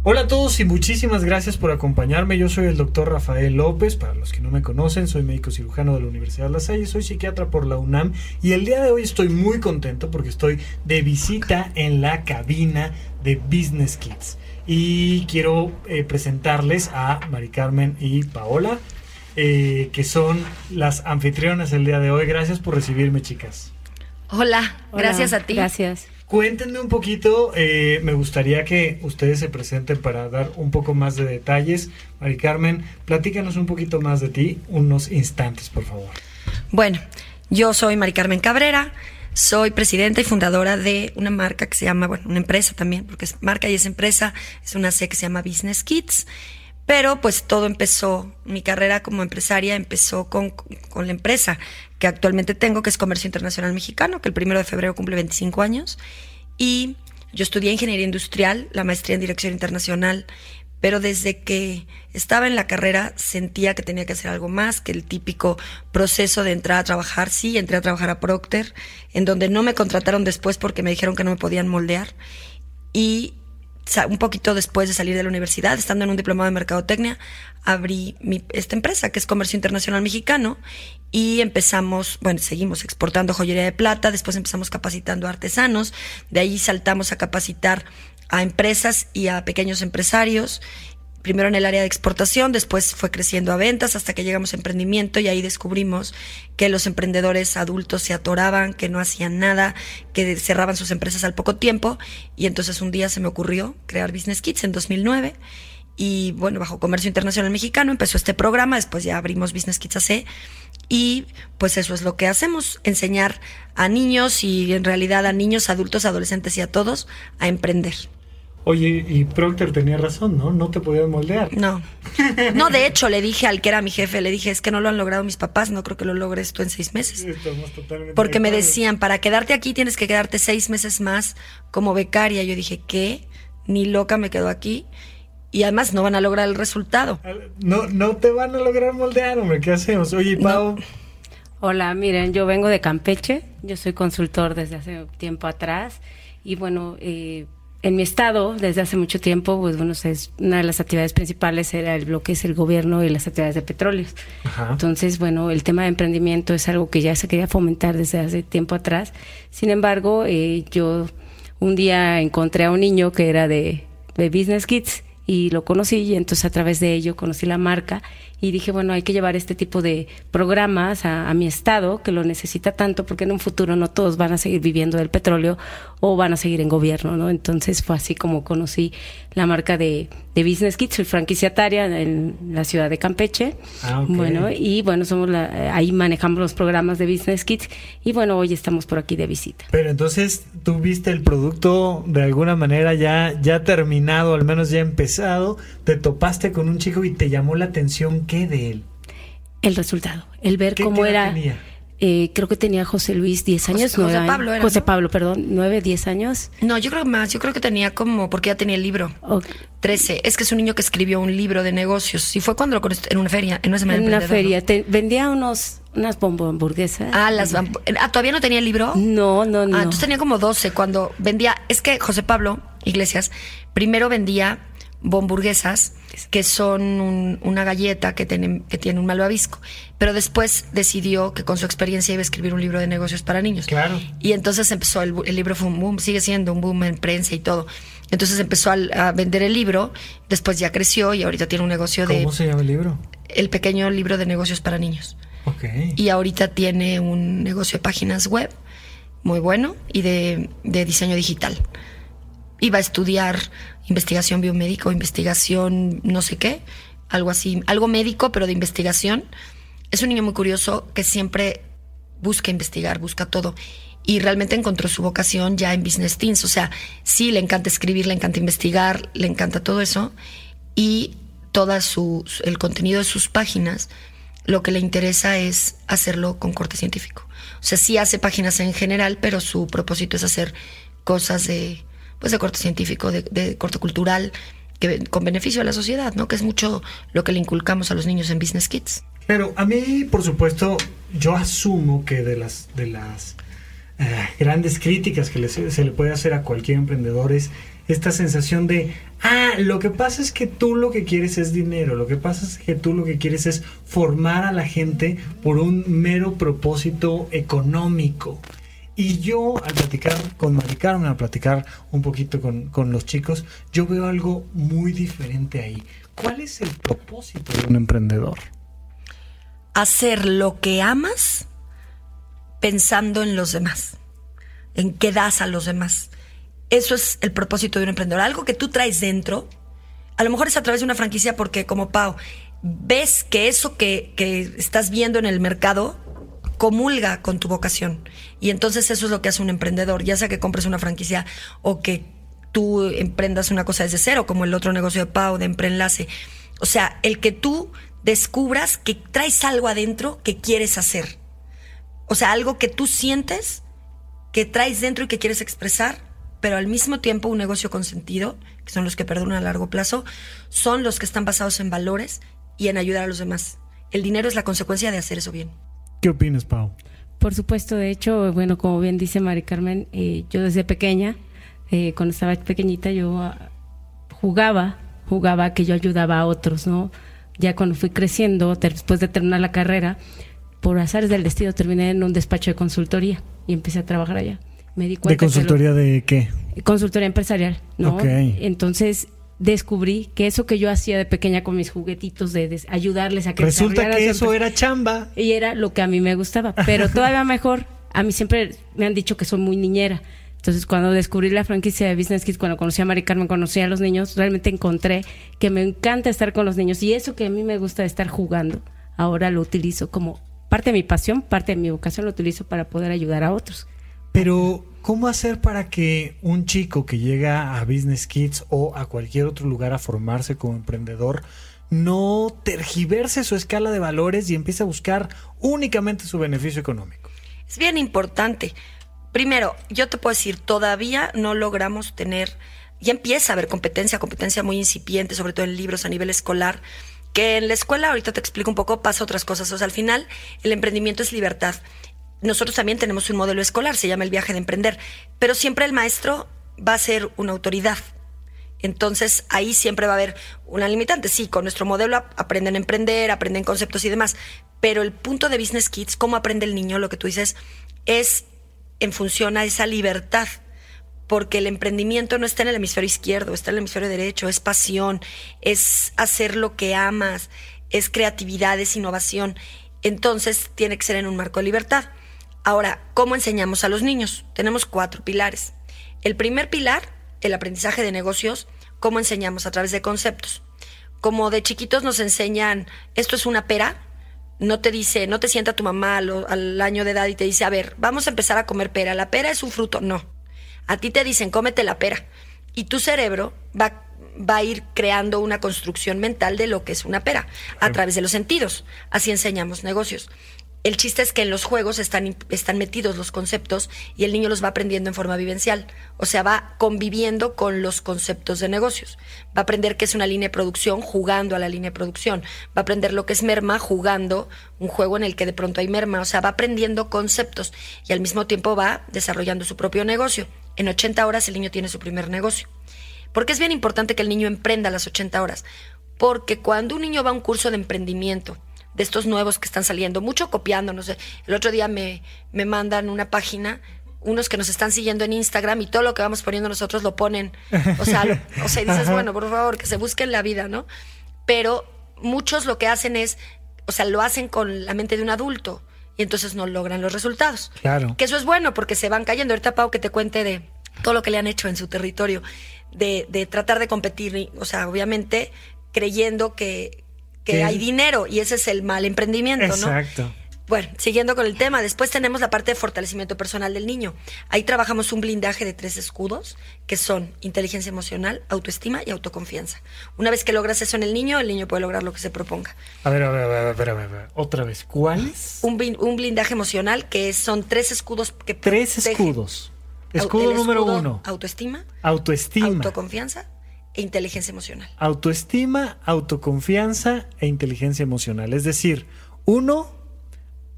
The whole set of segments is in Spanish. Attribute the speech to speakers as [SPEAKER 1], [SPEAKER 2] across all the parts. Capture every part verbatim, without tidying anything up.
[SPEAKER 1] Hola a todos y muchísimas gracias por acompañarme. Yo soy el doctor Rafael López. Para los que no me conocen, soy médico cirujano de la Universidad de La Salle, soy psiquiatra por la UNAM y el día de hoy estoy muy contento porque estoy de visita en la cabina de Business Kids. Y quiero eh, presentarles a Mari Carmen y Paola, eh, que son las anfitrionas el día de hoy. Gracias por recibirme, chicas.
[SPEAKER 2] Hola,
[SPEAKER 3] Hola,
[SPEAKER 2] gracias a ti.
[SPEAKER 3] Gracias.
[SPEAKER 1] Cuéntenme un poquito, eh, me gustaría que ustedes se presenten para dar un poco más de detalles. Mari Carmen, platícanos un poquito más de ti, unos instantes, por favor.
[SPEAKER 2] Bueno, yo soy Mari Carmen Cabrera, soy presidenta y fundadora de una marca que se llama, bueno, una empresa también, porque es marca y es empresa, es una C que se llama Business Kids. Pero pues todo empezó, mi carrera como empresaria empezó con, con la empresa que actualmente tengo, que es Comercio Internacional Mexicano, que el primero de febrero cumple veinticinco años. Y yo estudié Ingeniería Industrial, la maestría en Dirección Internacional, pero desde que estaba en la carrera sentía que tenía que hacer algo más que el típico proceso de entrar a trabajar. Sí, entré a trabajar a Procter, en donde no me contrataron después porque me dijeron que no me podían moldear. Y un poquito después de salir de la universidad, estando en un diplomado de mercadotecnia, abrí mi, esta empresa que es Comercio Internacional Mexicano y empezamos, bueno, seguimos exportando joyería de plata, después empezamos capacitando a artesanos, de ahí saltamos a capacitar a empresas y a pequeños empresarios, primero en el área de exportación, después fue creciendo a ventas hasta que llegamos a emprendimiento y ahí descubrimos que los emprendedores adultos se atoraban, que no hacían nada, que cerraban sus empresas al poco tiempo y entonces un día se me ocurrió crear Business Kids en dos mil nueve y bueno, bajo Comercio Internacional Mexicano empezó este programa, después ya abrimos Business Kids A C y pues eso es lo que hacemos, enseñar a niños y en realidad a niños, adultos, adolescentes y a todos a emprender.
[SPEAKER 1] Oye, y Procter tenía razón, ¿no? No te podían moldear.
[SPEAKER 2] No. No, de hecho, le dije al que era mi jefe, le dije, es que no lo han logrado mis papás, no creo que lo logres tú en seis meses.
[SPEAKER 1] Estamos totalmente
[SPEAKER 2] Porque me
[SPEAKER 1] acuerdo.
[SPEAKER 2] decían, para quedarte aquí tienes que quedarte seis meses más como becaria. Yo dije, ¿qué? Ni loca me quedo aquí. Y además no van a lograr el resultado.
[SPEAKER 1] No, no te van a lograr moldear, hombre, ¿qué hacemos? Oye, Pau.
[SPEAKER 3] No. Hola, miren, yo vengo de Campeche, yo soy consultor desde hace tiempo atrás y bueno, eh, en mi estado, desde hace mucho tiempo, pues bueno, es una de las actividades principales era el, lo que es el gobierno y las actividades de petróleos.
[SPEAKER 1] Ajá.
[SPEAKER 3] Entonces, bueno, el tema de emprendimiento es algo que ya se quería fomentar desde hace tiempo atrás. Sin embargo, eh, yo un día encontré a un niño que era de, de Business Kids y lo conocí y entonces a través de ello conocí la marca y dije, bueno, hay que llevar este tipo de programas a, a mi estado que lo necesita tanto porque en un futuro no todos van a seguir viviendo del petróleo o van a seguir en gobierno, ¿no? Entonces fue así como conocí la marca de, de Business Kids, soy franquiciataria en la ciudad de Campeche.
[SPEAKER 1] Ah, okay.
[SPEAKER 3] Bueno, y bueno, somos la, ahí manejamos los programas de Business Kids y bueno, hoy estamos por aquí de visita.
[SPEAKER 1] Pero entonces, ¿tú viste el producto de alguna manera ya, ya terminado, al menos ya empezado? ¿Te topaste con un chico y te llamó la atención qué de él?
[SPEAKER 3] El resultado, el ver
[SPEAKER 1] ¿Qué,
[SPEAKER 3] cómo
[SPEAKER 1] qué edad
[SPEAKER 3] era...
[SPEAKER 1] tenía?
[SPEAKER 3] Eh, creo que tenía José Luis diez años,
[SPEAKER 2] José,
[SPEAKER 3] nueve
[SPEAKER 2] José Pablo
[SPEAKER 3] años.
[SPEAKER 2] era,
[SPEAKER 3] José
[SPEAKER 2] ¿no?
[SPEAKER 3] Pablo, perdón, nueve, diez años.
[SPEAKER 2] No, yo creo más, yo creo que tenía como, porque ya tenía el libro.
[SPEAKER 3] Okay.
[SPEAKER 2] trece. Es que es un niño que escribió un libro de negocios. Y fue cuando lo conocí en una feria, en una semana
[SPEAKER 3] En una
[SPEAKER 2] emprendedor,
[SPEAKER 3] feria.
[SPEAKER 2] ¿no?
[SPEAKER 3] Te, vendía unos unas bombo hamburguesas.
[SPEAKER 2] Ah, las vamp- ah, ¿todavía no tenía el libro?
[SPEAKER 3] No, no, no.
[SPEAKER 2] Ah, entonces tenía como doce cuando vendía. Es que José Pablo Iglesias primero vendía bomburguesas, que son un, una galleta que tiene, que tiene un malvavisco, pero después decidió que con su experiencia iba a escribir un libro de negocios para niños.
[SPEAKER 1] Claro.
[SPEAKER 2] Y entonces empezó, el, el libro fue un boom, sigue siendo un boom en prensa y todo. Entonces empezó a, a vender el libro, después ya creció y ahorita tiene un negocio de...
[SPEAKER 1] ¿Cómo se llama el libro?
[SPEAKER 2] El pequeño libro de negocios para niños.
[SPEAKER 1] Ok.
[SPEAKER 2] Y ahorita tiene un negocio de páginas web muy bueno y de, de diseño digital. Iba a estudiar investigación biomédica o investigación no sé qué, algo así, algo médico, pero de investigación. Es un niño muy curioso que siempre busca investigar, busca todo. Y realmente encontró su vocación ya en Business Teens. O sea, sí, le encanta escribir, le encanta investigar, le encanta todo eso. Y todo su, el contenido de sus páginas, lo que le interesa es hacerlo con corte científico. O sea, sí hace páginas en general, pero su propósito es hacer cosas de... pues de corte científico, de, de corte cultural, que con beneficio a la sociedad, ¿no? Que es mucho lo que le inculcamos a los niños en Business Kids.
[SPEAKER 1] Pero a mí, por supuesto, yo asumo que de las de las uh, grandes críticas que les, se le puede hacer a cualquier emprendedor es esta sensación de, ah, lo que pasa es que tú lo que quieres es dinero, lo que pasa es que tú lo que quieres es formar a la gente por un mero propósito económico. Y yo, al platicar con Mari Carmen, al platicar un poquito con, con los chicos, yo veo algo muy diferente ahí. ¿Cuál es el propósito de un emprendedor?
[SPEAKER 2] Hacer lo que amas pensando en los demás, en qué das a los demás. Eso es el propósito de un emprendedor. Algo que tú traes dentro, a lo mejor es a través de una franquicia porque, como Pau, ves que eso que, que estás viendo en el mercado comulga con tu vocación. Y entonces eso es lo que hace un emprendedor, ya sea que compres una franquicia o que tú emprendas una cosa desde cero, como el otro negocio de Pau, de Empreenlace. O sea, el que tú descubras que traes algo adentro que quieres hacer. O sea, algo que tú sientes que traes dentro y que quieres expresar, pero al mismo tiempo un negocio con sentido, que son los que perduran a largo plazo, son los que están basados en valores y en ayudar a los demás. El dinero es la consecuencia de hacer eso bien.
[SPEAKER 1] ¿Qué opinas, Pau?
[SPEAKER 3] Por supuesto, de hecho, bueno, como bien dice Mari Carmen, eh, yo desde pequeña, eh, cuando estaba pequeñita, yo uh, jugaba, jugaba que yo ayudaba a otros, ¿no? Ya cuando fui creciendo, ter- después de terminar la carrera, por azares del destino terminé en un despacho de consultoría y empecé a trabajar allá. Me di cuenta
[SPEAKER 1] ¿De consultoría
[SPEAKER 3] que lo,
[SPEAKER 1] de qué?
[SPEAKER 3] Consultoría empresarial, ¿no?
[SPEAKER 1] Okay.
[SPEAKER 3] Entonces descubrí que eso que yo hacía de pequeña con mis juguetitos, de, de ayudarles a que
[SPEAKER 1] resulta que eso
[SPEAKER 3] empresas,
[SPEAKER 1] era chamba.
[SPEAKER 3] Y era lo que a mí me gustaba. Pero todavía mejor, a mí siempre me han dicho que soy muy niñera. Entonces, cuando descubrí la franquicia de Business Kids, cuando conocí a Mari Carmen, conocí a los niños, realmente encontré que me encanta estar con los niños. Y eso que a mí me gusta de estar jugando, ahora lo utilizo como parte de mi pasión, parte de mi vocación, lo utilizo para poder ayudar a otros.
[SPEAKER 1] Pero, ¿cómo hacer para que un chico que llega a Business Kids o a cualquier otro lugar a formarse como emprendedor no tergiverse su escala de valores y empiece a buscar únicamente su beneficio económico?
[SPEAKER 2] Es bien importante. Primero, yo te puedo decir, todavía no logramos tener, ya empieza a haber competencia, competencia muy incipiente, sobre todo en libros a nivel escolar, que en la escuela, ahorita te explico un poco, pasa otras cosas. O sea, al final, el emprendimiento es libertad. Nosotros también tenemos un modelo escolar, se llama el viaje de emprender, pero siempre el maestro va a ser una autoridad. Entonces, ahí siempre va a haber una limitante. Sí, con nuestro modelo aprenden a emprender, aprenden conceptos y demás, pero el punto de Business Kids, cómo aprende el niño, lo que tú dices, es en función a esa libertad, porque el emprendimiento no está en el hemisferio izquierdo, está en el hemisferio derecho, es pasión, es hacer lo que amas, es creatividad, es innovación. Entonces, tiene que ser en un marco de libertad. Ahora, ¿cómo enseñamos a los niños? Tenemos cuatro pilares. El primer pilar, el aprendizaje de negocios, ¿cómo enseñamos? A través de conceptos. Como de chiquitos nos enseñan, esto es una pera, no te dice, no te sienta tu mamá al, al año de edad y te dice, a ver, vamos a empezar a comer pera. La pera es un fruto. No. A ti te dicen, cómete la pera. Y tu cerebro va, va a ir creando una construcción mental de lo que es una pera a través de los sentidos. Así enseñamos negocios. El chiste es que en los juegos están, están metidos los conceptos y el niño los va aprendiendo en forma vivencial. O sea, va conviviendo con los conceptos de negocios. Va a aprender qué es una línea de producción jugando a la línea de producción. Va a aprender lo que es merma jugando un juego en el que de pronto hay merma. O sea, va aprendiendo conceptos y al mismo tiempo va desarrollando su propio negocio. En ochenta horas el niño tiene su primer negocio. ¿Por qué es bien importante que el niño emprenda a las ochenta horas? Porque cuando un niño va a un curso de emprendimiento, de estos nuevos que están saliendo, mucho copiando, no sé, el otro día me, me mandan una página, unos que nos están siguiendo en Instagram y todo lo que vamos poniendo nosotros lo ponen, o sea, lo, o sea, y dices, bueno, por favor, que se busquen la vida, ¿no? Pero muchos lo que hacen es, o sea, lo hacen con la mente de un adulto y entonces no logran los resultados.
[SPEAKER 1] Claro.
[SPEAKER 2] Que eso es bueno porque se van cayendo. Ahorita, Pau, que te cuente de todo lo que le han hecho en su territorio, de, de tratar de competir, o sea, obviamente creyendo que que hay dinero y ese es el mal emprendimiento, ¿no?
[SPEAKER 1] Exacto.
[SPEAKER 2] Bueno, siguiendo con el tema, después tenemos la parte de fortalecimiento personal del niño. Ahí trabajamos un blindaje de tres escudos, que son inteligencia emocional, autoestima y autoconfianza. Una vez que logras eso en el niño, el niño puede lograr lo que se proponga.
[SPEAKER 1] A ver, a ver, a ver, a ver, a ver, a ver. Otra vez, ¿cuáles?
[SPEAKER 2] Un, un blindaje emocional que son tres escudos que
[SPEAKER 1] Tres
[SPEAKER 2] protegen.
[SPEAKER 1] escudos. Escudo
[SPEAKER 2] El
[SPEAKER 1] número
[SPEAKER 2] escudo,
[SPEAKER 1] uno.
[SPEAKER 2] Autoestima.
[SPEAKER 1] Autoestima.
[SPEAKER 2] Autoconfianza e inteligencia emocional.
[SPEAKER 1] Autoestima, autoconfianza e inteligencia emocional. Es decir, uno,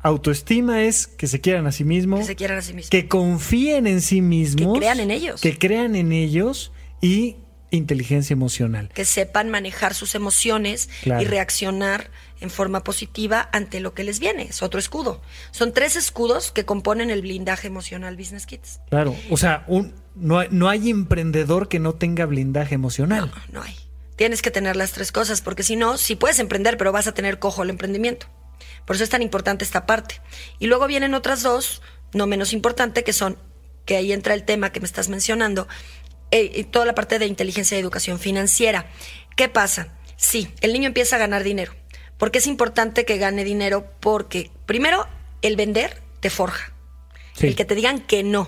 [SPEAKER 1] autoestima es que se quieran a sí mismos,
[SPEAKER 2] que se quieran a sí mismos,
[SPEAKER 1] que confíen en sí mismos,
[SPEAKER 2] que crean en ellos,
[SPEAKER 1] que crean en ellos y inteligencia emocional.
[SPEAKER 2] Que sepan manejar sus emociones claro. y reaccionar en forma positiva ante lo que les viene. Es otro escudo. Son tres escudos que componen el blindaje emocional Business Kids.
[SPEAKER 1] Claro, o sea, un, no, hay, no hay emprendedor que no tenga blindaje emocional.
[SPEAKER 2] No, no hay. Tienes que tener las tres cosas, porque si no, sí puedes emprender, pero vas a tener cojo el emprendimiento. Por eso es tan importante esta parte. Y luego vienen otras dos, no menos importante, que son, que ahí entra el tema que me estás mencionando, eh, toda la parte de inteligencia y educación financiera. ¿Qué pasa? Sí, el niño empieza a ganar dinero. ¿Por qué es importante que gane dinero? Porque, primero, el vender te forja. Sí. El que te digan que no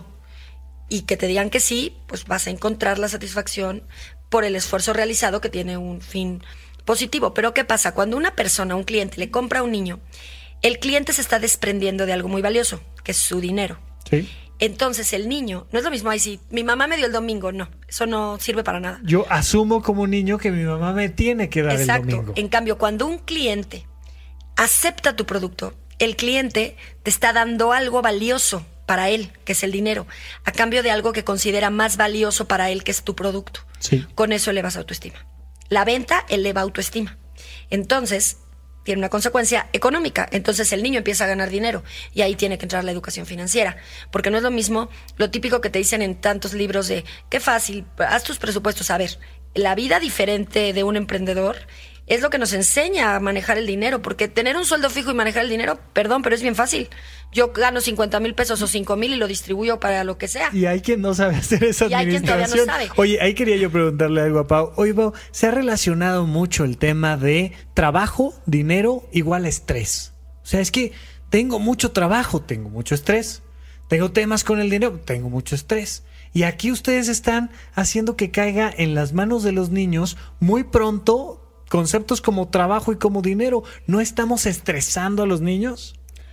[SPEAKER 2] y que te digan que sí, pues vas a encontrar la satisfacción por el esfuerzo realizado que tiene un fin positivo. Pero ¿qué pasa? Cuando una persona, un cliente, le compra a un niño, el cliente se está desprendiendo de algo muy valioso, que es su dinero.
[SPEAKER 1] Sí.
[SPEAKER 2] Entonces el niño, no es lo mismo, ay, si mi mamá me dio el domingo, no, eso no sirve para nada.
[SPEAKER 1] Yo asumo como niño que mi mamá me tiene que dar
[SPEAKER 2] Exacto.
[SPEAKER 1] el domingo.
[SPEAKER 2] En cambio, cuando un cliente acepta tu producto, el cliente te está dando algo valioso para él, que es el dinero, a cambio de algo que considera más valioso para él, que es tu producto.
[SPEAKER 1] Sí.
[SPEAKER 2] Con eso elevas autoestima. La venta eleva autoestima. Entonces, tiene una consecuencia económica. Entonces el niño empieza a ganar dinero y ahí tiene que entrar la educación financiera. Porque no es lo mismo lo típico que te dicen en tantos libros de qué fácil, haz tus presupuestos. A ver, la vida diferente de un emprendedor es lo que nos enseña a manejar el dinero. Porque tener un sueldo fijo y manejar el dinero, perdón, pero es bien fácil. Yo gano cincuenta mil pesos o cinco mil y lo distribuyo para lo que sea.
[SPEAKER 1] Y hay quien no sabe hacer esa
[SPEAKER 2] y administración. Y hay quien todavía no sabe.
[SPEAKER 1] Oye, ahí quería yo preguntarle algo a Pau. Oye, Pau, se ha relacionado mucho el tema de trabajo, dinero, igual a estrés. O sea, es que tengo mucho trabajo, tengo mucho estrés. Tengo temas con el dinero, tengo mucho estrés. Y aquí ustedes están haciendo que caiga en las manos de los niños muy pronto conceptos como trabajo y como dinero. ¿No estamos estresando a los niños?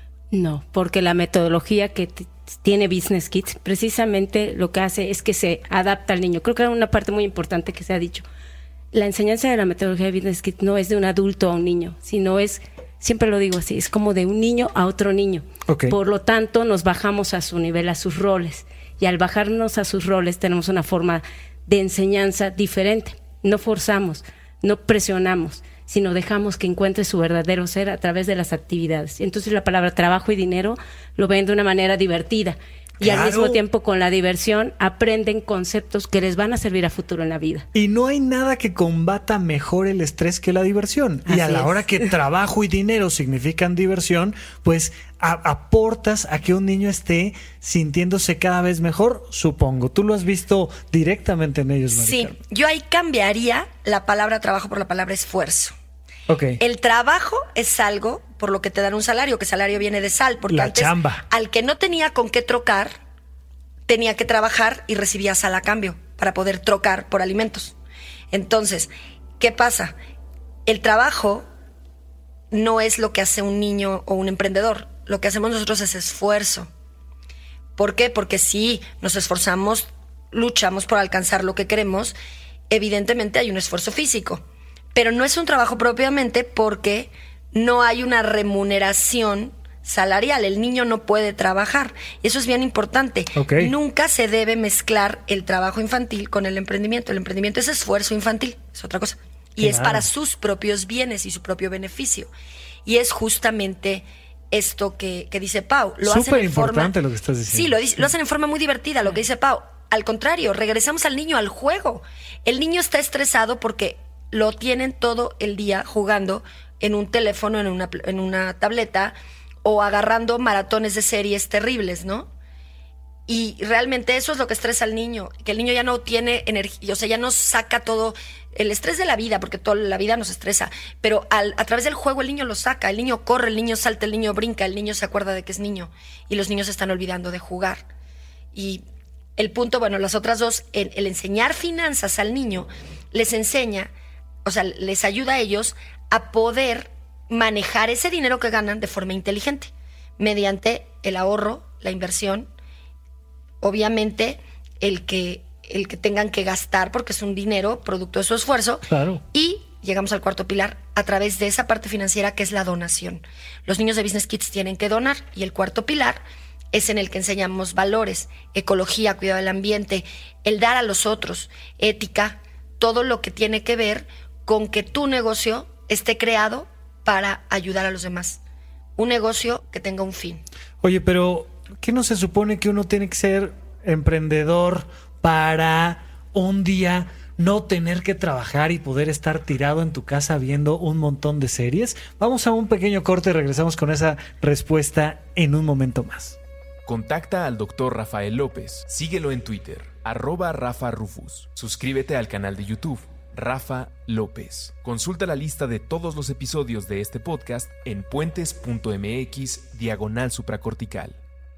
[SPEAKER 3] No, porque la metodología que t- tiene Business Kids precisamente lo que hace es que se adapta al niño. Creo que era una parte muy importante que se ha dicho. La enseñanza de la metodología de Business Kids no es de un adulto a un niño, sino es, siempre lo digo así, es como de un niño a otro niño.
[SPEAKER 1] Okay.
[SPEAKER 3] Por lo tanto, nos bajamos a su nivel, a sus roles. Y al bajarnos a sus roles tenemos una forma de enseñanza diferente. No forzamos, no presionamos, sino dejamos que encuentre su verdadero ser a través de las actividades. Entonces la palabra trabajo y dinero lo ven de una manera divertida. Y claro, al mismo tiempo con la diversión aprenden conceptos que les van a servir a futuro en la vida.
[SPEAKER 1] Y no hay nada que combata mejor el estrés que la diversión.
[SPEAKER 3] Así
[SPEAKER 1] y a la
[SPEAKER 3] es.
[SPEAKER 1] hora que trabajo y dinero significan diversión, pues a- aportas a que un niño esté sintiéndose cada vez mejor, supongo. Tú lo has visto directamente en ellos, Mari
[SPEAKER 2] Sí,
[SPEAKER 1] Carmen.
[SPEAKER 2] yo ahí cambiaría la palabra trabajo por la palabra esfuerzo.
[SPEAKER 1] Okay.
[SPEAKER 2] El trabajo es algo por lo que te dan un salario, que salario viene de sal, porque
[SPEAKER 1] La
[SPEAKER 2] antes
[SPEAKER 1] chamba.
[SPEAKER 2] al que no tenía con qué trocar, tenía que trabajar y recibía sal a cambio para poder trocar por alimentos. Entonces, ¿qué pasa? El trabajo no es lo que hace un niño o un emprendedor. Lo que hacemos nosotros es esfuerzo. ¿Por qué? Porque si nos esforzamos, luchamos por alcanzar lo que queremos, evidentemente hay un esfuerzo físico. Pero no es un trabajo propiamente porque no hay una remuneración salarial. El niño no puede trabajar. Y eso es bien importante.
[SPEAKER 1] Okay.
[SPEAKER 2] Nunca se debe mezclar el trabajo infantil con el emprendimiento. El emprendimiento es esfuerzo infantil, es otra cosa. Y
[SPEAKER 1] Claro.
[SPEAKER 2] es para sus propios bienes y su propio beneficio. Y es justamente esto que, que dice Pau. Lo hacen
[SPEAKER 1] Súper
[SPEAKER 2] en forma-
[SPEAKER 1] importante lo que estás diciendo.
[SPEAKER 2] Sí, lo, dice- lo hacen en forma muy divertida, lo que dice Pau. Al contrario, regresamos al niño, al juego. El niño está estresado porque lo tienen todo el día jugando en un teléfono, en una, en una tableta o agarrando maratones de series terribles, ¿no? Y realmente eso es lo que estresa al niño, que el niño ya no tiene energía, o sea, ya no saca todo el estrés de la vida, porque toda la vida nos estresa, pero al, a través del juego el niño lo saca, el niño corre, el niño salta, el niño brinca, el niño se acuerda de que es niño y los niños se están olvidando de jugar. Y el punto, bueno, las otras dos, el, el enseñar finanzas al niño les enseña, o sea, les ayuda a ellos a poder manejar ese dinero que ganan de forma inteligente, mediante el ahorro, la inversión, obviamente el que, el que tengan que gastar porque es un dinero producto de su esfuerzo.
[SPEAKER 1] Claro.
[SPEAKER 2] Y llegamos al cuarto pilar, a través de esa parte financiera que es la donación. Los niños de Business Kids tienen que donar y el cuarto pilar es en el que enseñamos valores, ecología, cuidado del ambiente, el dar a los otros, ética, todo lo que tiene que ver con que tu negocio esté creado para ayudar a los demás. Un negocio que tenga un fin.
[SPEAKER 1] Oye, pero ¿qué no se supone que uno tiene que ser emprendedor para un día no tener que trabajar y poder estar tirado en tu casa viendo un montón de series? Vamos a un pequeño corte y regresamos con esa respuesta en un momento más.
[SPEAKER 4] Contacta al doctor Rafael López. Síguelo en Twitter, arroba Rafa Rufus. Suscríbete al canal de YouTube, Rafa López. Consulta la lista de todos los episodios de este podcast en puentes.mx diagonal supracortical.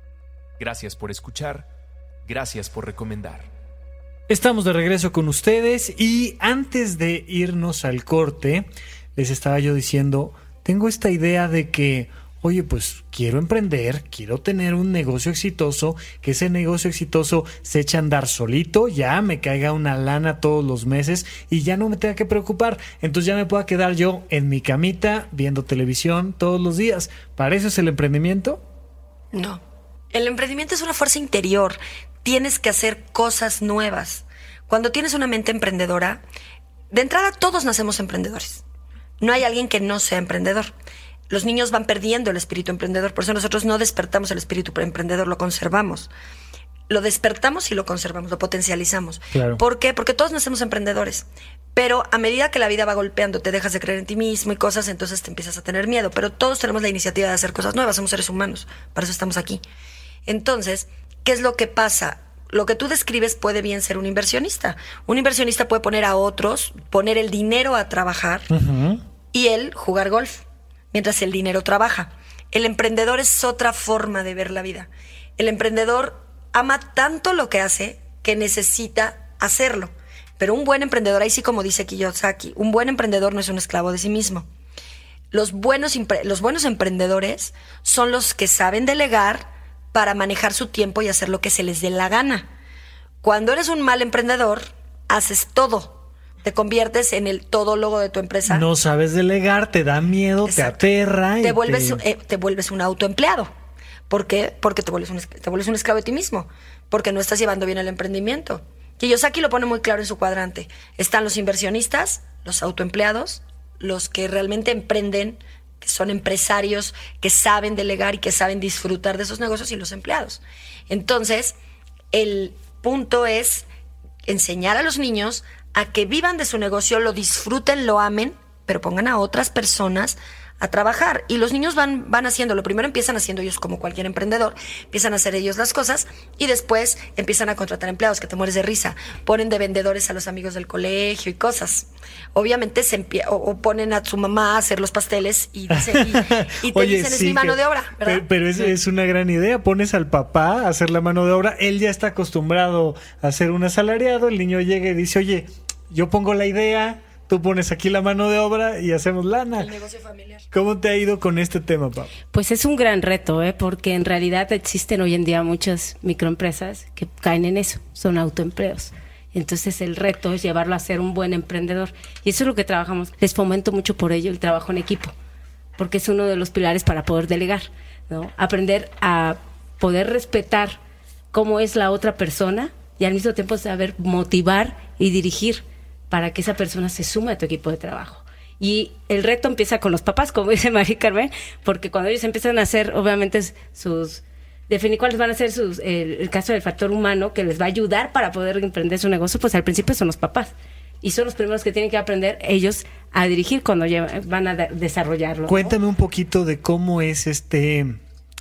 [SPEAKER 4] Gracias por escuchar. Gracias por recomendar.
[SPEAKER 1] Estamos de regreso con ustedes y antes de irnos al corte, les estaba yo diciendo, tengo esta idea de que, oye, pues quiero emprender, quiero tener un negocio exitoso, que ese negocio exitoso se eche a andar solito, ya me caiga una lana todos los meses y ya no me tenga que preocupar. Entonces ya me pueda quedar yo en mi camita viendo televisión todos los días. ¿Para eso es el emprendimiento?
[SPEAKER 2] No. El emprendimiento es una fuerza interior. Tienes que hacer cosas nuevas. Cuando tienes una mente emprendedora, de entrada todos nacemos emprendedores. No hay alguien que no sea emprendedor. Los niños van perdiendo el espíritu emprendedor, por eso nosotros no despertamos el espíritu emprendedor, lo conservamos. Lo despertamos y lo conservamos, lo potencializamos.
[SPEAKER 1] Claro.
[SPEAKER 2] ¿Por qué? Porque todos nacemos emprendedores. Pero a medida que la vida va golpeando, te dejas de creer en ti mismo y cosas, entonces te empiezas a tener miedo. Pero todos tenemos la iniciativa de hacer cosas nuevas, somos seres humanos, para eso estamos aquí. Entonces, ¿qué es lo que pasa? Lo que tú describes puede bien ser un inversionista. Un inversionista puede poner a otros, poner el dinero a trabajar uh-huh. y él jugar golf, mientras el dinero trabaja. El emprendedor es otra forma de ver la vida. El emprendedor ama tanto lo que hace que necesita hacerlo. Pero un buen emprendedor, ahí sí como dice Kiyosaki, un buen emprendedor no es un esclavo de sí mismo. Los buenos, los buenos emprendedores son los que saben delegar para manejar su tiempo y hacer lo que se les dé la gana. Cuando eres un mal emprendedor, haces todo. Te conviertes en el todólogo de tu empresa.
[SPEAKER 1] No sabes delegar, te da miedo, Exacto. te aterra.
[SPEAKER 2] Te
[SPEAKER 1] y
[SPEAKER 2] vuelves,
[SPEAKER 1] te...
[SPEAKER 2] Eh, te vuelves un autoempleado. ¿Por qué? Porque te vuelves, un, te vuelves un esclavo de ti mismo. Porque no estás llevando bien el emprendimiento. Kiyosaki lo pone muy claro en su cuadrante. Están los inversionistas, los autoempleados, los que realmente emprenden, que son empresarios, que saben delegar y que saben disfrutar de esos negocios, y los empleados. Entonces, el punto es enseñar a los niños a que vivan de su negocio, lo disfruten, lo amen, pero pongan a otras personas a trabajar. Y los niños van, van haciendo, lo primero empiezan haciendo ellos como cualquier emprendedor, empiezan a hacer ellos las cosas y después empiezan a contratar empleados, que te mueres de risa. Ponen de vendedores a los amigos del colegio y cosas. Obviamente se empie- o, o ponen a su mamá a hacer los pasteles y, dice, y, y te
[SPEAKER 1] Oye,
[SPEAKER 2] dicen es
[SPEAKER 1] sí,
[SPEAKER 2] mi mano
[SPEAKER 1] que,
[SPEAKER 2] de obra, ¿verdad?
[SPEAKER 1] Pero, pero es, es una gran idea. Pones al papá a hacer la mano de obra, él ya está acostumbrado a ser un asalariado, el niño llega y dice, oye, yo pongo la idea, tú pones aquí la mano de obra y hacemos lana.
[SPEAKER 2] El negocio familiar.
[SPEAKER 1] ¿Cómo te ha ido con este tema, Pau?
[SPEAKER 3] Pues es un gran reto, ¿eh? Porque en realidad existen hoy en día muchas microempresas que caen en eso, son autoempleos. Entonces el reto es llevarlo a ser un buen emprendedor. Y eso es lo que trabajamos. Les fomento mucho por ello el trabajo en equipo, porque es uno de los pilares para poder delegar, ¿no? Aprender a poder respetar cómo es la otra persona y al mismo tiempo saber motivar y dirigir para que esa persona se sume a tu equipo de trabajo. Y el reto empieza con los papás, como dice Mari Carmen, porque cuando ellos empiezan a hacer, obviamente, sus... definir cuáles van a ser sus, el, el caso del factor humano que les va a ayudar para poder emprender su negocio, pues al principio son los papás. Y son los primeros que tienen que aprender ellos a dirigir cuando llevan, van a de, desarrollarlo.
[SPEAKER 1] Cuéntame
[SPEAKER 3] ¿no?
[SPEAKER 1] un poquito de cómo es este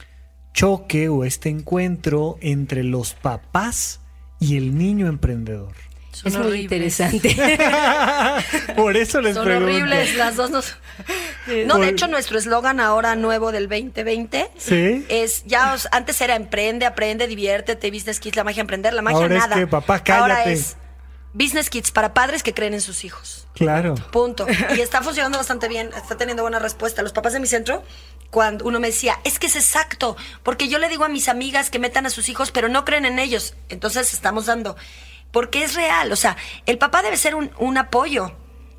[SPEAKER 1] choque o este encuentro entre los papás y el niño emprendedor.
[SPEAKER 2] Son
[SPEAKER 3] es
[SPEAKER 2] horribles.
[SPEAKER 3] muy interesante.
[SPEAKER 1] Por eso les
[SPEAKER 2] Son
[SPEAKER 1] pregunto.
[SPEAKER 2] horribles, las dos nos... No, de hecho, nuestro eslogan ahora nuevo del veinte veinte
[SPEAKER 1] ¿Sí?
[SPEAKER 2] es, ya os, antes era emprende, aprende, diviértete, Business Kids, la magia emprender, la magia
[SPEAKER 1] Ahora
[SPEAKER 2] nada.
[SPEAKER 1] es que, papá, cállate.
[SPEAKER 2] Ahora es Business Kids para padres que creen en sus hijos.
[SPEAKER 1] Claro.
[SPEAKER 2] Punto. Y está funcionando bastante bien, está teniendo buena respuesta. Los papás de mi centro, cuando uno me decía, es que es exacto, porque yo le digo a mis amigas que metan a sus hijos, pero no creen en ellos. Entonces estamos dando... Porque es real, o sea, el papá debe ser un, un apoyo,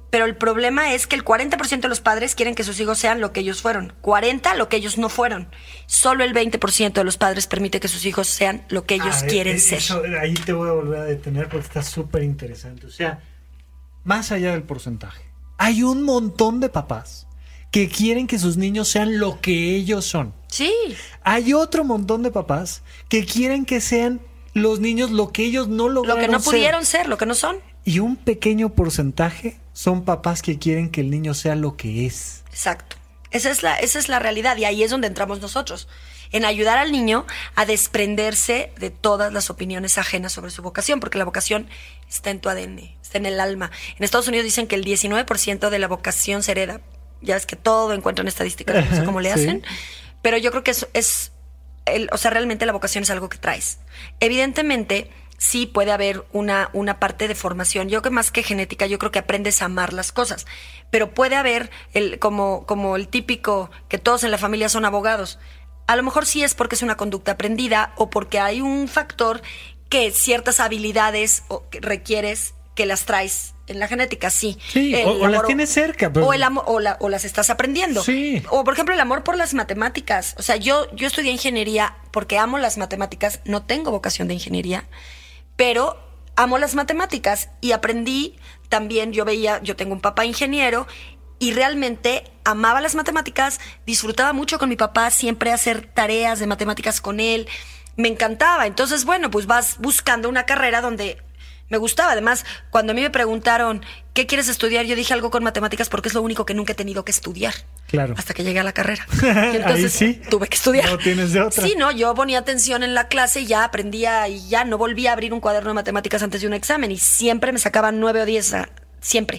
[SPEAKER 2] Pero el problema es que el cuarenta por ciento de los padres quieren que sus hijos sean lo que ellos fueron. cuarenta por ciento lo que ellos no fueron. Solo el veinte por ciento de los padres permite que sus hijos sean lo que ellos
[SPEAKER 1] Ah,
[SPEAKER 2] quieren
[SPEAKER 1] eh,
[SPEAKER 2] ser.
[SPEAKER 1] eso, ahí te voy a volver a detener porque está súper interesante. O sea, más allá del porcentaje, hay un montón de papás que quieren que sus niños sean lo que ellos son.
[SPEAKER 2] Sí.
[SPEAKER 1] Hay otro montón de papás que quieren que sean los niños lo que ellos no lograron
[SPEAKER 2] Lo que no
[SPEAKER 1] ser.
[SPEAKER 2] pudieron ser, lo que no son.
[SPEAKER 1] Y un pequeño porcentaje son papás que quieren que el niño sea lo que es.
[SPEAKER 2] Exacto. Esa es la, esa es la realidad y ahí es donde entramos nosotros. En ayudar al niño a desprenderse de todas las opiniones ajenas sobre su vocación, porque la vocación está en tu A D N, está en el alma. En Estados Unidos dicen que el diecinueve por ciento de la vocación se hereda. Ya ves que todo encuentran estadísticas, no sé cómo le
[SPEAKER 1] Sí.
[SPEAKER 2] hacen. Pero yo creo que es, es el, o sea, realmente la vocación es algo que traes. Evidentemente, sí puede haber una, una parte de formación. Yo creo que más que genética, yo creo que aprendes a amar las cosas. Pero puede haber, el, como, como el típico, que todos en la familia son abogados. A lo mejor sí es porque es una conducta aprendida o porque hay un factor que ciertas habilidades o que requieres que las traes en la genética, sí.
[SPEAKER 1] Sí,
[SPEAKER 2] El
[SPEAKER 1] o, o las
[SPEAKER 2] amor-
[SPEAKER 1] tienes cerca. Pero...
[SPEAKER 2] o, el amo- o, la- o las estás aprendiendo.
[SPEAKER 1] Sí.
[SPEAKER 2] O, por ejemplo, el amor por las matemáticas. O sea, yo, yo estudié ingeniería porque amo las matemáticas. No tengo vocación de ingeniería, pero amo las matemáticas y aprendí también. Yo veía, yo tengo un papá ingeniero y realmente amaba las matemáticas. Disfrutaba mucho con mi papá siempre hacer tareas de matemáticas con él. Me encantaba. Entonces, bueno, pues vas buscando una carrera donde me gustaba. Además, cuando a mí me preguntaron ¿qué quieres estudiar? Yo dije algo con matemáticas porque es lo único que nunca he tenido que estudiar.
[SPEAKER 1] Claro.
[SPEAKER 2] Hasta que llegué a la carrera.
[SPEAKER 1] Ahí
[SPEAKER 2] Y entonces
[SPEAKER 1] sí.
[SPEAKER 2] tuve que estudiar.
[SPEAKER 1] No tienes de otra.
[SPEAKER 2] Sí, no, yo ponía atención en la clase y ya aprendía y ya no volvía a abrir un cuaderno de matemáticas antes de un examen y siempre me sacaban nueve o diez, a- siempre.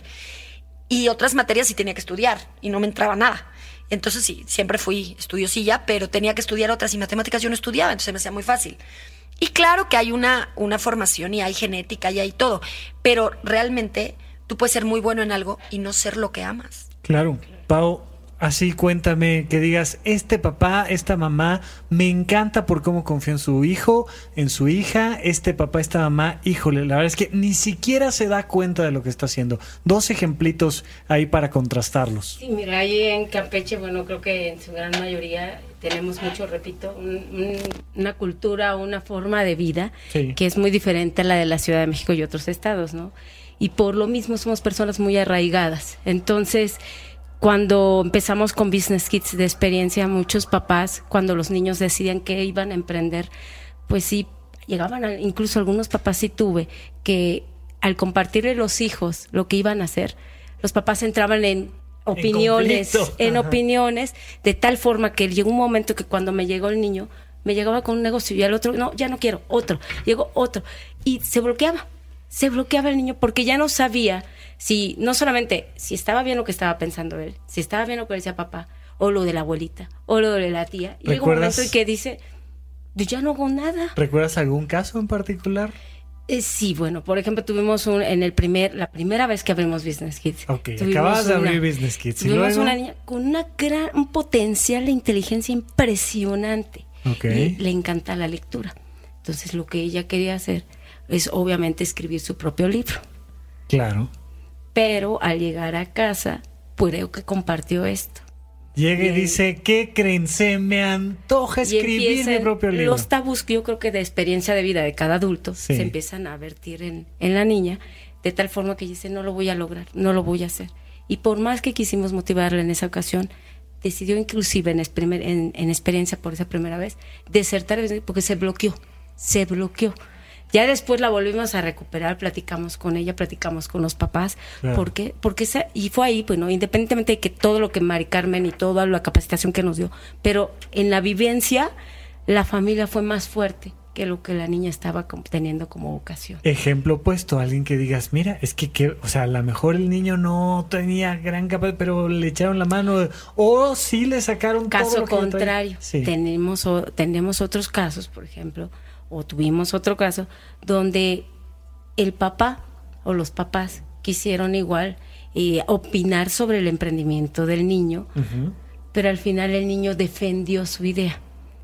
[SPEAKER 2] Y otras materias sí tenía que estudiar y no me entraba nada. Entonces sí, siempre fui estudiosilla, pero tenía que estudiar otras y matemáticas yo no estudiaba, entonces me hacía muy fácil. Y claro que hay una, una formación y hay genética y hay todo, pero realmente tú puedes ser muy bueno en algo y no ser lo que amas.
[SPEAKER 1] Claro. Pau, así cuéntame, que digas, este papá, esta mamá, me encanta por cómo confía en su hijo, en su hija, este papá, esta mamá, híjole, la verdad es que ni siquiera se da cuenta de lo que está haciendo. Dos ejemplitos ahí para contrastarlos.
[SPEAKER 3] Sí, mira, ahí en Campeche, bueno, creo que en su gran mayoría tenemos mucho, repito, un- un- una cultura, una forma de vida
[SPEAKER 1] Sí.
[SPEAKER 3] que es muy diferente a la de la Ciudad de México y otros estados, ¿no? Y por lo mismo somos personas muy arraigadas. Entonces, cuando empezamos con Business Kids de experiencia, muchos papás, cuando los niños decidían que iban a emprender, pues sí, llegaban, a, incluso algunos papás sí tuve, que al compartirle a los hijos lo que iban a hacer, los papás entraban en opiniones,
[SPEAKER 1] conflicto.
[SPEAKER 3] en
[SPEAKER 1] Ajá.
[SPEAKER 3] opiniones, de tal forma que llegó un momento que cuando me llegó el niño, me llegaba con un negocio y al otro, no, ya no quiero, otro, llegó otro, y se bloqueaba, se bloqueaba el niño porque ya no sabía si, no solamente si estaba bien lo que estaba pensando él, si estaba bien lo que decía papá, o lo de la abuelita, o lo de la tía, y llega un
[SPEAKER 1] ¿Recuerdas?
[SPEAKER 3] momento en que dice, yo ya no hago nada.
[SPEAKER 1] ¿Recuerdas algún caso en particular?
[SPEAKER 3] Eh, sí, bueno, por ejemplo, tuvimos un, en el primer, la primera vez que abrimos Business Kids.
[SPEAKER 1] Ok,
[SPEAKER 3] tuvimos
[SPEAKER 1] acabas de
[SPEAKER 3] una-
[SPEAKER 1] abrir Business Kids. ¿Y
[SPEAKER 3] Tuvimos
[SPEAKER 1] luego?
[SPEAKER 3] una niña con una gran, un potencial de inteligencia impresionante.
[SPEAKER 1] Ok.
[SPEAKER 3] Le, le encanta la lectura. Entonces, lo que ella quería hacer es, obviamente, escribir su propio libro.
[SPEAKER 1] Claro.
[SPEAKER 3] Pero al llegar a casa, pues creo que compartió esto.
[SPEAKER 1] Llega y
[SPEAKER 3] Bien.
[SPEAKER 1] dice, ¿qué creen? Se me antoja
[SPEAKER 3] Y
[SPEAKER 1] escribir mi
[SPEAKER 3] empiezan
[SPEAKER 1] propio libro.
[SPEAKER 3] los tabús, yo creo que de experiencia de vida de cada adulto,
[SPEAKER 1] Sí.
[SPEAKER 3] se empiezan a vertir en, en la niña, de tal forma que dice, no lo voy a lograr, no lo voy a hacer. Y por más que quisimos motivarla en esa ocasión, decidió inclusive en, exprimer- en, en experiencia por esa primera vez, desertar porque se bloqueó, se bloqueó. Ya después la volvimos a recuperar, platicamos con ella, platicamos con los papás,
[SPEAKER 1] Claro.
[SPEAKER 3] ¿por qué? Porque esa, y fue ahí, bueno, independientemente de que todo lo que Mari Carmen y toda la capacitación que nos dio, pero en la vivencia, la familia fue más fuerte que lo que la niña estaba como- teniendo como vocación.
[SPEAKER 1] Ejemplo opuesto, alguien que digas, mira, es que, que, o sea, a lo mejor el niño no tenía gran capacidad, pero le echaron la mano, o sí le sacaron todo
[SPEAKER 3] Caso
[SPEAKER 1] lo que ya traía.
[SPEAKER 3] contrario,
[SPEAKER 1] Sí.
[SPEAKER 3] tenemos, o- tenemos otros casos, por ejemplo, o tuvimos otro caso, donde el papá o los papás quisieron igual eh, opinar sobre el emprendimiento del niño,
[SPEAKER 1] Ujú.
[SPEAKER 3] pero al final el niño defendió su idea.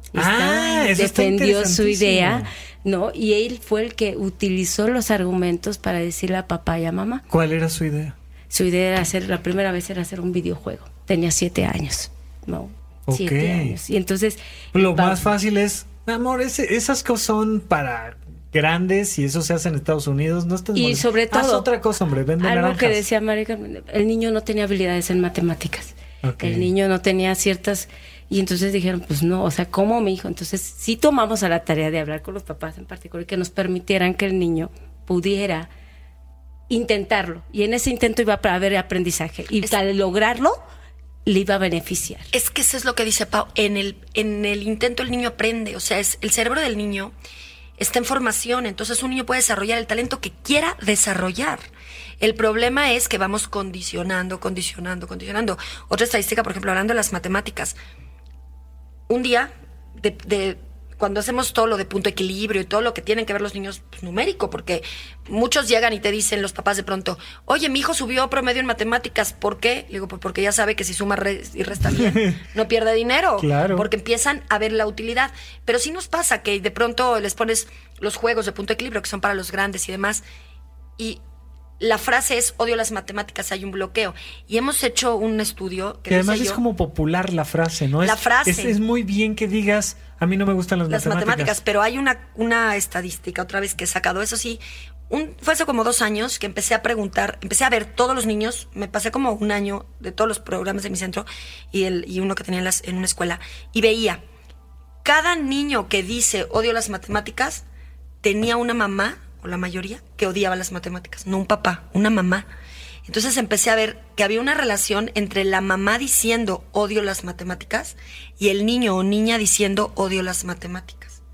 [SPEAKER 1] Ah, eso está
[SPEAKER 3] defendió su
[SPEAKER 1] interesantísimo.
[SPEAKER 3] idea, ¿no? Y él fue el que utilizó los argumentos para decirle a papá y a mamá.
[SPEAKER 1] ¿Cuál era su idea?
[SPEAKER 3] su idea era hacer, la primera vez era hacer un videojuego. Tenía siete años, ¿no?
[SPEAKER 1] Okay.
[SPEAKER 3] Siete años. Y entonces...
[SPEAKER 1] Lo
[SPEAKER 3] va,
[SPEAKER 1] más fácil es, amor, ese, esas cosas son para grandes y eso se hace en Estados Unidos, no estás
[SPEAKER 3] Y
[SPEAKER 1] molesta.
[SPEAKER 3] sobre todo...
[SPEAKER 1] Haz otra cosa, hombre, vende
[SPEAKER 3] algo
[SPEAKER 1] naranjas.
[SPEAKER 3] que decía María, el niño no tenía habilidades en matemáticas.
[SPEAKER 1] Okay.
[SPEAKER 3] El niño no tenía ciertas... Y entonces dijeron, pues no, o sea, ¿cómo, mi hijo? Entonces sí tomamos a la tarea de hablar con los papás en particular y que nos permitieran que el niño pudiera intentarlo. Y en ese intento iba a haber aprendizaje. Y es, al lograrlo, le iba a beneficiar.
[SPEAKER 2] Es que eso es lo que dice Pau. En el, en el intento el niño aprende. O sea, es, el cerebro del niño está en formación. Entonces un niño puede desarrollar el talento que quiera desarrollar. El problema es que vamos condicionando, condicionando, condicionando. Otra estadística, por ejemplo, hablando de las matemáticas. Un día, de, de cuando hacemos todo lo de punto de equilibrio y todo lo que tienen que ver los niños, pues, numérico, porque muchos llegan y te dicen los papás de pronto, oye, mi hijo subió promedio en matemáticas, ¿por qué? Le digo, pues porque ya sabe que si suma re- y resta bien, no pierde dinero.
[SPEAKER 1] Claro.
[SPEAKER 2] Porque empiezan a ver la utilidad. Pero sí nos pasa que de pronto les pones los juegos de punto de equilibrio, que son para los grandes y demás, y la frase es, odio las matemáticas, hay un bloqueo. Y hemos hecho un estudio que
[SPEAKER 1] y además
[SPEAKER 2] dice
[SPEAKER 1] es
[SPEAKER 2] yo,
[SPEAKER 1] como popular la frase, ¿no?
[SPEAKER 2] La
[SPEAKER 1] es,
[SPEAKER 2] frase.
[SPEAKER 1] Es, es muy bien que digas, a mí no me gustan las,
[SPEAKER 2] las
[SPEAKER 1] matemáticas.
[SPEAKER 2] matemáticas. Pero hay una, una estadística, otra vez que he sacado, eso sí, un, fue hace como dos años que empecé a preguntar, empecé a ver todos los niños, me pasé como un año de todos los programas de mi centro y, el, y uno que tenía en, las, en una escuela, y veía, cada niño que dice odio las matemáticas, tenía una mamá, o la mayoría, que odiaba las matemáticas, no un papá, una mamá. Entonces empecé a ver que había una relación entre la mamá diciendo odio las matemáticas y el niño o niña diciendo odio las matemáticas.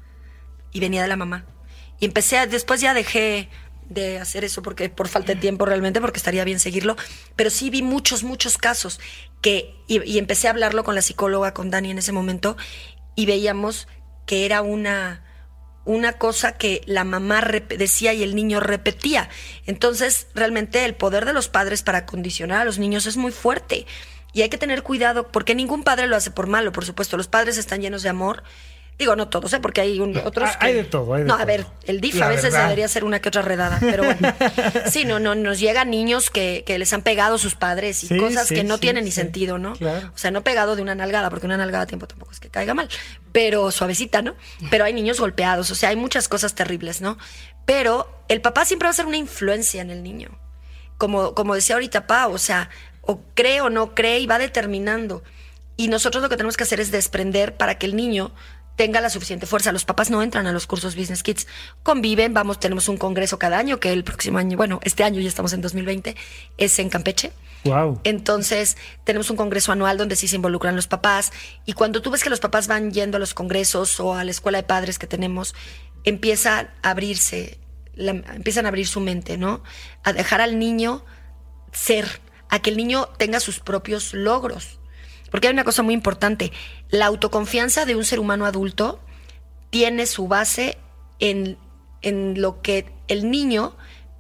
[SPEAKER 2] Y venía de la mamá. Y empecé a, después ya dejé de hacer eso porque por falta de tiempo realmente, porque estaría bien seguirlo, pero sí vi muchos, muchos casos que, y, y empecé a hablarlo con la psicóloga, con Dani en ese momento, y veíamos que era una... una cosa que la mamá rep- decía y el niño repetía. Entonces, realmente el poder de los padres para condicionar a los niños es muy fuerte. Y hay que tener cuidado, porque ningún padre lo hace por malo, por supuesto. Los padres están llenos de amor. Digo, no todos, ¿eh? Porque hay un, otros que...
[SPEAKER 1] Hay de todo, hay de
[SPEAKER 2] No,
[SPEAKER 1] todo.
[SPEAKER 2] a ver, el D I F
[SPEAKER 1] La
[SPEAKER 2] a veces
[SPEAKER 1] verdad.
[SPEAKER 2] debería ser una que otra redada, pero bueno. Sí, no, no, nos llegan niños que, que les han pegado sus padres y
[SPEAKER 1] Sí,
[SPEAKER 2] cosas
[SPEAKER 1] sí,
[SPEAKER 2] que no
[SPEAKER 1] sí,
[SPEAKER 2] tienen ni
[SPEAKER 1] sí.
[SPEAKER 2] sentido, ¿no?
[SPEAKER 1] Claro.
[SPEAKER 2] O sea, no pegado de una nalgada, porque una nalgada a tiempo tampoco es que caiga mal, pero suavecita, ¿no? Pero hay niños golpeados, o sea, hay muchas cosas terribles, ¿no? Pero el papá siempre va a ser una influencia en el niño. Como, como decía ahorita Pau, o sea, o cree o no cree y va determinando. Y nosotros lo que tenemos que hacer es desprender para que el niño tenga la suficiente fuerza. Los papás no entran a los cursos Business Kids, conviven, vamos, tenemos un congreso cada año, que el próximo año, bueno, este año ya estamos en dos mil veinte, es en Campeche.
[SPEAKER 1] Wow.
[SPEAKER 2] Entonces, tenemos un congreso anual donde sí se involucran los papás, y cuando tú ves que los papás van yendo a los congresos o a la escuela de padres que tenemos, empieza a abrirse, la, empiezan a abrir su mente, ¿no? A dejar al niño ser, a que el niño tenga sus propios logros. Porque hay una cosa muy importante, la autoconfianza de un ser humano adulto tiene su base en, en lo que el niño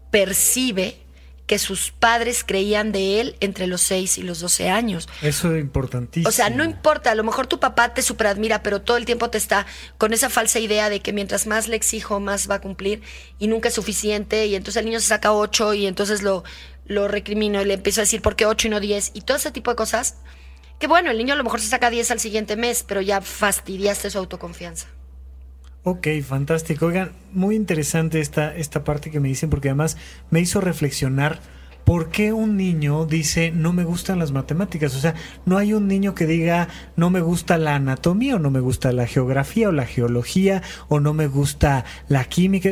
[SPEAKER 2] percibe que sus padres creían de él entre los seis y los doce años.
[SPEAKER 1] Eso es importantísimo.
[SPEAKER 2] O sea, no importa, a lo mejor tu papá te superadmira, pero todo el tiempo te está con esa falsa idea de que mientras más le exijo, más va a cumplir y nunca es suficiente, y entonces el niño se saca ocho y entonces lo, lo recrimino y le empiezo a decir ¿por qué ocho y no diez? Y todo ese tipo de cosas. Que bueno, el niño a lo mejor se saca diez al siguiente mes, pero ya fastidiaste su autoconfianza.
[SPEAKER 1] Ok, fantástico. Oigan, muy interesante esta, esta parte que me dicen, porque además me hizo reflexionar por qué un niño dice no me gustan las matemáticas. O sea, no hay un niño que diga no me gusta la anatomía, o no me gusta la geografía o la geología, o no me gusta la química.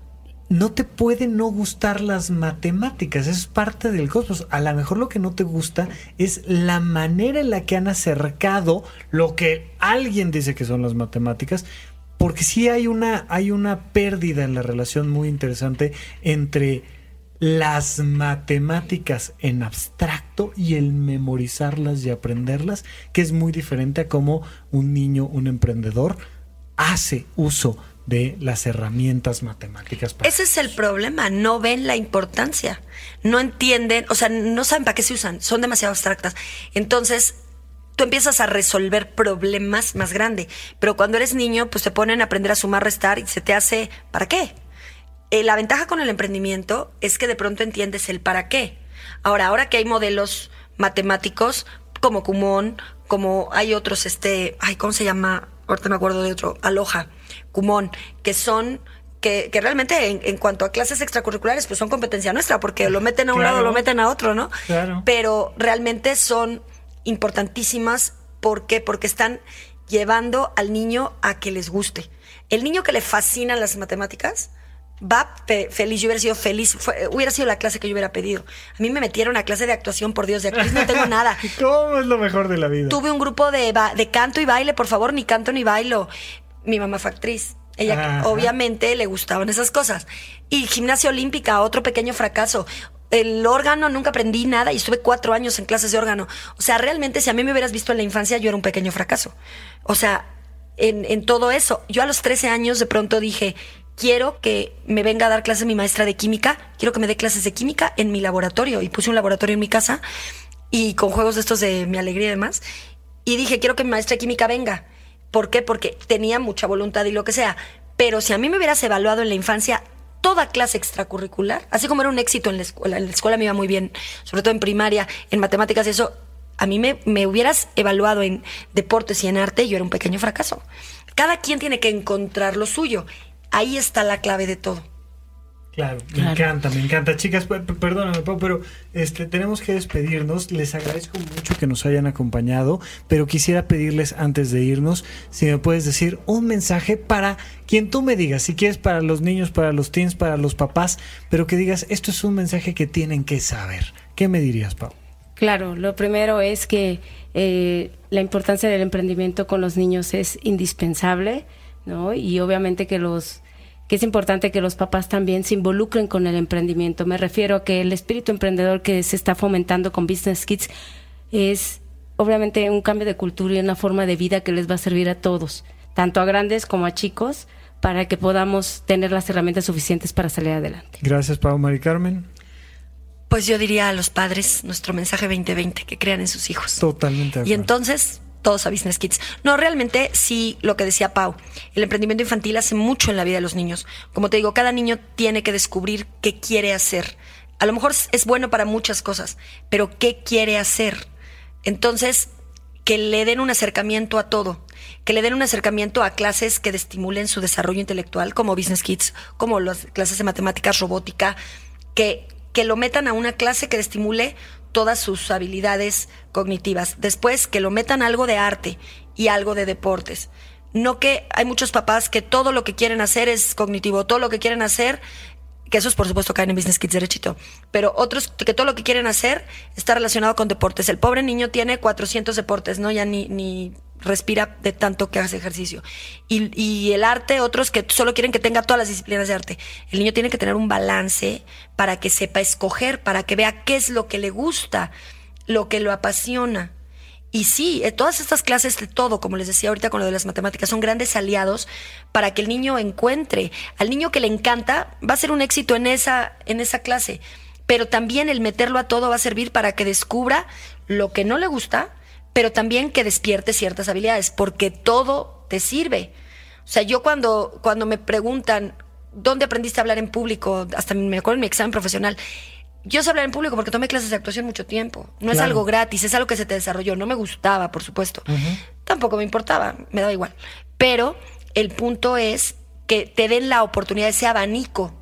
[SPEAKER 1] No te pueden no gustar las matemáticas, es parte del cosmos. A lo mejor lo que no te gusta es la manera en la que han acercado lo que alguien dice que son las matemáticas, porque sí hay una, hay una pérdida en la relación muy interesante entre las matemáticas en abstracto y el memorizarlas y aprenderlas, que es muy diferente a cómo un niño, un emprendedor, hace uso de las herramientas matemáticas. Para
[SPEAKER 2] Ese es el problema, no ven la importancia, no entienden, o sea, no saben para qué se usan, son demasiado abstractas. Entonces, tú empiezas a resolver problemas más grandes, pero cuando eres niño, pues te ponen a aprender a sumar, restar y se te hace, ¿para qué? Eh, la ventaja con el emprendimiento es que de pronto entiendes el para qué. Ahora, ahora que hay modelos matemáticos como Kumon, como hay otros, este, ay, ¿cómo se llama? Ahorita me acuerdo de otro, Aloha, Kumon, que son... Que, que realmente en, en cuanto a clases extracurriculares pues son competencia nuestra, porque lo meten a un
[SPEAKER 1] Claro.
[SPEAKER 2] lado, lo meten a otro, ¿no?
[SPEAKER 1] Claro.
[SPEAKER 2] Pero realmente son importantísimas. ¿Por qué? Porque están llevando al niño a que les guste. El niño que le fascinan las matemáticas va fe- feliz. Yo hubiera sido feliz, fue- hubiera sido la clase que yo hubiera pedido. A mí me metieron a clase de actuación, por Dios, de actriz no tengo nada.
[SPEAKER 1] ¿Cómo es lo mejor de la vida?
[SPEAKER 2] Tuve un grupo de, ba- de canto y baile, por favor, ni canto ni bailo. Mi mamá fue actriz. Ella
[SPEAKER 1] Ajá.
[SPEAKER 2] obviamente le gustaban esas cosas. Y gimnasia olímpica, otro pequeño fracaso. El órgano, nunca aprendí nada y estuve cuatro años en clases de órgano. O sea, realmente si a mí me hubieras visto en la infancia, yo era un pequeño fracaso. O sea, en, en todo eso. Yo a los trece años de pronto dije, quiero que me venga a dar clases mi maestra de química, quiero que me dé clases de química en mi laboratorio. Y puse un laboratorio en mi casa y con juegos de estos de Mi Alegría y demás. Y dije, quiero que mi maestra de química venga. ¿Por qué? Porque tenía mucha voluntad y lo que sea. Pero si a mí me hubieras evaluado en la infancia toda clase extracurricular, así como era un éxito en la escuela, en la escuela me iba muy bien, sobre todo en primaria, en matemáticas y eso, a mí me, me hubieras evaluado en deportes y en arte, yo era un pequeño fracaso. Cada quien tiene que encontrar lo suyo. Ahí está la clave de todo.
[SPEAKER 1] Claro, me
[SPEAKER 3] Claro.
[SPEAKER 1] encanta, me encanta. Chicas, p- p- perdóname, Pau, pero este, tenemos que despedirnos. Les agradezco mucho que nos hayan acompañado, pero quisiera pedirles antes de irnos, si me puedes decir un mensaje para quien tú me digas, si quieres para los niños, para los teens, para los papás, pero que digas, esto es un mensaje que tienen que saber. ¿Qué me dirías, Pau?
[SPEAKER 3] Claro, lo primero es que eh, la importancia del emprendimiento con los niños es indispensable, ¿no? Y obviamente que los que es importante que los papás también se involucren con el emprendimiento. Me refiero a que el espíritu emprendedor que se está fomentando con Business Kids es obviamente un cambio de cultura y una forma de vida que les va a servir a todos, tanto a grandes como a chicos, para que podamos tener las herramientas suficientes para salir adelante.
[SPEAKER 1] Gracias, Pau. Mari Carmen.
[SPEAKER 2] Pues yo diría a los padres, nuestro mensaje veinte veinte, que crean en sus hijos.
[SPEAKER 1] Totalmente de
[SPEAKER 2] Y
[SPEAKER 1] acuerdo.
[SPEAKER 2] entonces, todos a Business Kids. No, realmente sí, lo que decía Pau, el emprendimiento infantil hace mucho en la vida de los niños. Como te digo, cada niño tiene que descubrir qué quiere hacer. A lo mejor es bueno para muchas cosas, pero ¿qué quiere hacer? Entonces, que le den un acercamiento a todo, que le den un acercamiento a clases que estimulen su desarrollo intelectual, como Business Kids, como las clases de matemáticas, robótica, que, que lo metan a una clase que estimule todas sus habilidades cognitivas. Después, que lo metan a algo de arte y algo de deportes. No que hay muchos papás que todo lo que quieren hacer es cognitivo, todo lo que quieren hacer, que esos por supuesto caen en Business Kids derechito, pero otros que todo lo que quieren hacer está relacionado con deportes. El pobre niño tiene cuatrocientos deportes, ¿no? Ya ni, ni respira de tanto que hace ejercicio. Y, y el arte, otros que solo quieren que tenga todas las disciplinas de arte. El niño tiene que tener un balance para que sepa escoger, para que vea qué es lo que le gusta, lo que lo apasiona. Y sí, eh, todas estas clases de todo, como les decía ahorita con lo de las matemáticas, son grandes aliados para que el niño encuentre. Al niño que le encanta, va a ser un éxito en esa, en esa clase. Pero también el meterlo a todo va a servir para que descubra lo que no le gusta, pero también que despierte ciertas habilidades, porque todo te sirve. O sea, yo cuando, cuando me preguntan, ¿dónde aprendiste a hablar en público? Hasta me acuerdo en mi examen profesional. Yo sé hablar en público porque tomé clases de actuación mucho tiempo. No es
[SPEAKER 1] Claro.
[SPEAKER 2] algo gratis, es algo que se te desarrolló. No me gustaba, por supuesto.
[SPEAKER 1] Ujú.
[SPEAKER 2] Tampoco me importaba, me daba igual. Pero el punto es que te den la oportunidad, ese abanico.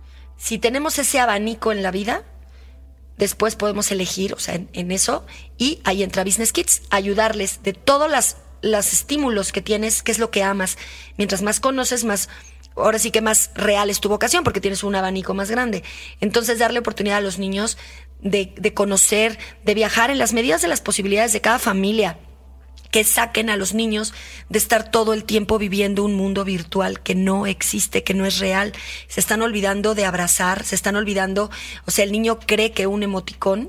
[SPEAKER 2] Si tenemos ese abanico en la vida, después podemos elegir, o sea, en, en eso, y ahí entra Business Kids, ayudarles de todos las, los estímulos que tienes, qué es lo que amas. Mientras más conoces, más, ahora sí que más real es tu vocación, porque tienes un abanico más grande. Entonces, darle oportunidad a los niños de, de conocer, de viajar en las medidas de las posibilidades de cada familia, que saquen a los niños de estar todo el tiempo viviendo un mundo virtual que no existe, que no es real. Se están olvidando de abrazar, se están olvidando, o sea, el niño cree que un emoticón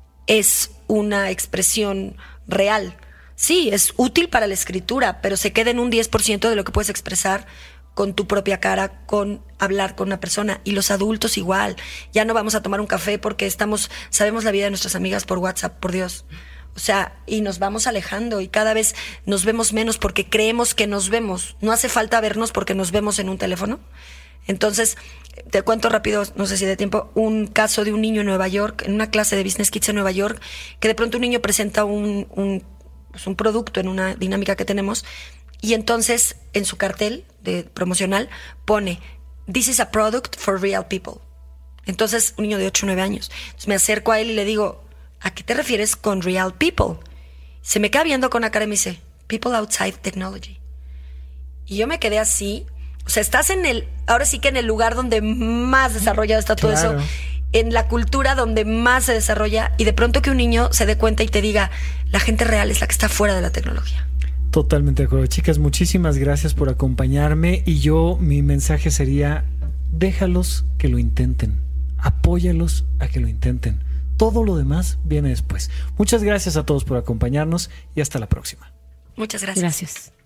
[SPEAKER 2] es una expresión real. Sí, es útil para la escritura, pero se queda en un diez por ciento de lo que puedes expresar con tu propia cara, con hablar con una persona. Y los adultos igual. Ya no vamos a tomar un café porque estamos, sabemos la vida de nuestras amigas por WhatsApp, por Dios. O sea, y nos vamos alejando y cada vez nos vemos menos porque creemos que nos vemos. No hace falta vernos porque nos vemos en un teléfono. Entonces, te cuento rápido, no sé si de tiempo, un caso de un niño en Nueva York, en una clase de Business Kids en Nueva York, que de pronto un niño presenta un, un, pues un producto en una dinámica que tenemos, y entonces en su cartel de promocional pone, "This is a product for real people". Entonces, un niño de ocho o nueve años. Entonces me acerco a él y le digo, ¿a qué te refieres con real people? Se me queda viendo con la cara y me dice, "People outside technology". Y yo me quedé así. O sea, estás en el, ahora sí que en el lugar donde más desarrollado está todo
[SPEAKER 1] Claro.
[SPEAKER 2] eso, en la cultura donde más se desarrolla, y de pronto que un niño se dé cuenta y te diga, la gente real es la que está fuera de la tecnología.
[SPEAKER 1] Totalmente de acuerdo. Chicas, muchísimas gracias por acompañarme, y yo, mi mensaje sería, déjalos que lo intenten, apóyalos a que lo intenten. Todo lo demás viene después. Muchas gracias a todos por acompañarnos y hasta la próxima.
[SPEAKER 2] Muchas gracias.
[SPEAKER 3] Gracias.